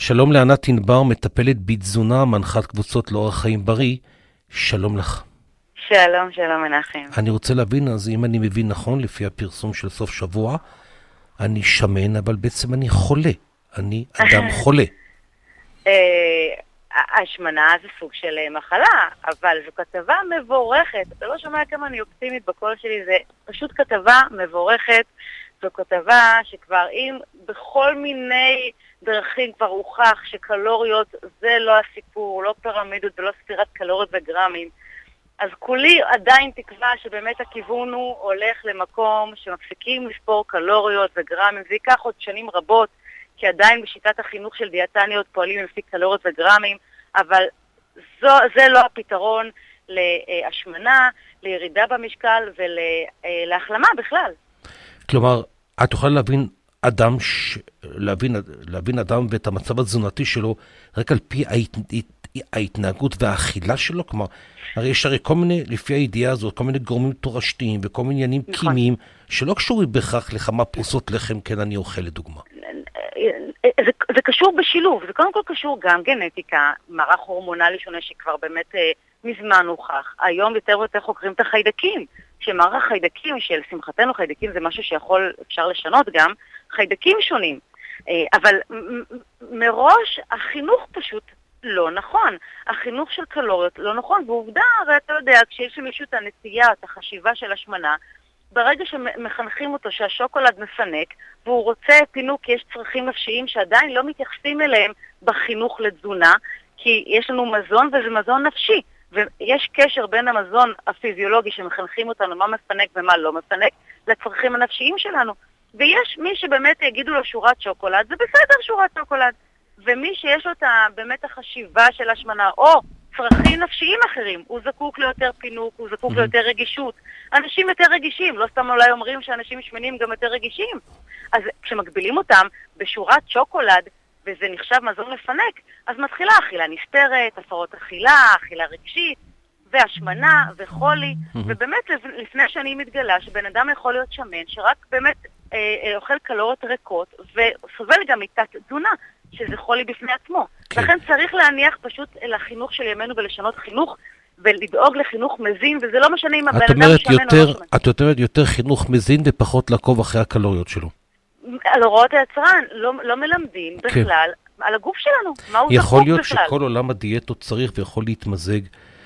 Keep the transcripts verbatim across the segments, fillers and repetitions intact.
שלום לענת ענבר, מטפלת בתזונה, מנחת קבוצות לאורח חיים בריא. שלום לך. שלום, שלום מנחם. אני רוצה להבין, אז אם אני מבין נכון, לפי הפרסום של סוף שבוע, אני שמן, אבל בעצם אני חולה. אני אדם חולה. השמנה זה סוג של מחלה, אבל זו כתבה מבורכת. אתה לא שומע כמה אני אופטימית בקול שלי, זה פשוט כתבה מבורכת. זו כתבה שכבר אם בכל מיני דרכים כבר הוכח שקלוריות זה לא הסיפור, לא פירמידות ולא ספירת קלוריות וגרמים. אז כולי עדיין תקווה שבאמת הכיוון הוא הולך למקום שמפסיקים לספור קלוריות וגרמים. זה ייקח עוד שנים רבות, כי עדיין בשיטת החינוך של דיאטניות פועלים לפי קלוריות וגרמים, אבל זו, זה לא הפתרון להשמנה, לירידה במשקל ולהחלמה בכלל. כלומר, את יכולה להבין אדם, ש... להבין, להבין אדם ואת המצב התזונתי שלו רק על פי ההת... ההתנהגות והאכילה שלו? כלומר, הרי יש הרי כל מיני, לפי הידיעה הזאת, כל מיני גורמים תורשתיים וכל מיני עניינים נכון. קימיים שלא קשורים בכך לכמה פרוסות לחם כן אני אוכל לדוגמה. זה, זה קשור בשילוב, זה קודם כל קשור גם גנטיקה, מערך הורמונלי שונה שכבר באמת אה, מזמן הוכח. היום יותר ויותר חוקרים את החיידקים, שמערך חיידקים, של שמחתנו חיידקים זה משהו שיכול, אפשר לשנות גם, חיידקים שונים. אה, אבל מ- מראש החינוך פשוט לא נכון. החינוך של קלוריות לא נכון, ועובדה, הרי אתה יודע, כשיש למישהו את הנטייה, את החשיבה של השמנה, ברגע שמחנכים אותו שהשוקולד מפנק, והוא רוצה פינוק כי יש צרכים נפשיים שעדיין לא מתייחסים אליהם בחינוך לתזונה, כי יש לנו מזון וזה מזון נפשי, ויש קשר בין המזון הפיזיולוגי שמחנכים אותנו מה מפנק ומה לא מפנק, לצרכים הנפשיים שלנו. ויש מי שבאמת יגידו לו שורת שוקולד, זה בסדר שורת שוקולד. ומי שיש לו את באמת החשיבה של השמנה, או צרכים נפשיים אחרים, הוא זקוק ליותר פינוק, הוא זקוק ליותר רגישות. אנשים יותר רגישים, לא סתם אולי אומרים שאנשים שמנים גם יותר רגישים. אז כשמגבילים אותם בשורת שוקולד, וזה נחשב מזון מפנק, אז מתחילה אכילה נסתרת, הפרות אכילה, אכילה רגשית, והשמנה וחולי, ובאמת לפני שאני מתגלה שבן אדם יכול להיות שמן, שרק באמת אה, אה, אוכל קלוריות ריקות, וסובל גם מתת תזונה, שזה חולי בפני עצמו. כן. לכן צריך להניח פשוט לחינוך של ימינו ולשנות חינוך, ולדאוג לחינוך מזין, וזה לא משנה אם הבן אדם שמן יותר, או לא שמן. את אומרת יותר חינוך מזין ופחות לעקוב אחרי הקלוריות שלו. על הוראות היצרן, לא, לא מלמדים כן. בכלל על הגוף שלנו, מה הוא זקוק בכלל. יכול להיות שכל עולם הדיאטות צריך ויכול להתמזג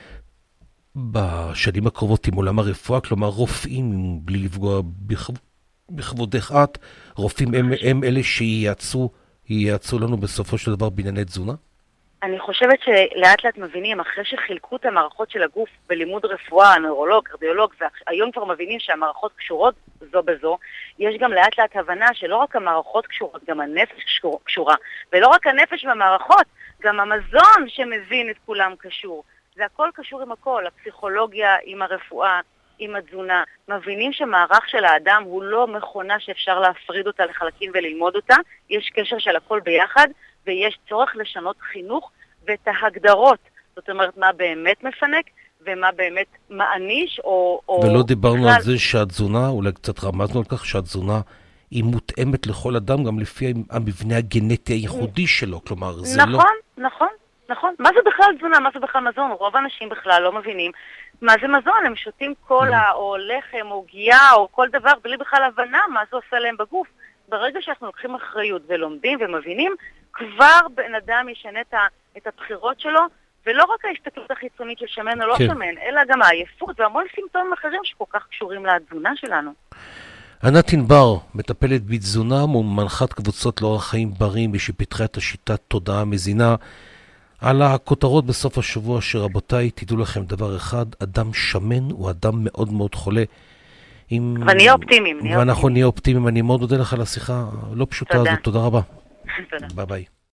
בשנים הקרובות עם עולם הרפואה, כלומר רופאים, בלי לפגוע בכבודך את, רופאים הם, הם אלה שייעצו ייעצו לנו בסופו של דבר בענייני תזונה? אני חושבת שלאט לאט מבינים, אחרי שחילקו את המערכות של הגוף בלימוד רפואה, נוירולוג, קרדיולוג, והיום כבר מבינים שהמערכות קשורות זו בזו, יש גם לאט לאט הבנה שלא רק המערכות קשורות, גם הנפש קשורה, ולא רק הנפש והמערכות, גם המזון שמבין את כולם קשור. זה הכל קשור עם הכל, הפסיכולוגיה עם הרפואה, עם התזונה. מבינים שמערך של האדם הוא לא מכונה שאפשר להפריד אותה לחלקים וללמוד אותה, יש קשר של הכל ביחד, ויש צורך לשנות חינוך ואת ההגדרות. זאת אומרת, מה באמת מפנק ומה באמת מעניש או... ולא דיברנו בכלל... על זה שהתזונה, אולי קצת רמזנו על כך שהתזונה היא מותאמת לכל אדם, גם לפי המבנה הגנטי הייחודי שלו, כלומר, זה נכון, לא... נכון, נכון. נכון. מה זה בכלל תזונה? מה זה בכלל מזון? רוב האנשים בכלל לא מבינים מה זה מזון. הם שותים קולה או לחם או גייה או כל דבר בלי בכלל הבנה מה זה עושה להם בגוף. ברגע שאנחנו לוקחים אחריות ולומדים ומבינים, כבר בן אדם ישנה את הבחירות שלו, ולא רק ההסתכלות החיצונית של שמן או לא שמן, אלא גם העייפות והמון סימפטומים אחרים שכל כך קשורים לתזונה שלנו. ענת ענבר, מטפלת בתזונה, מנחת קבוצות לאורח חיים בריא, ושפיתחה את השיטת תודעה מזינה, על הכותרות בסוף השבוע שרבותיי, תדעו לכם דבר אחד, אדם שמן הוא אדם מאוד מאוד חולה. ונהיה אופטימיים. ואנחנו נהיה אופטימיים. אני מאוד מודה לך על השיחה לא פשוטה הזאת. תודה רבה. תודה. ביי ביי.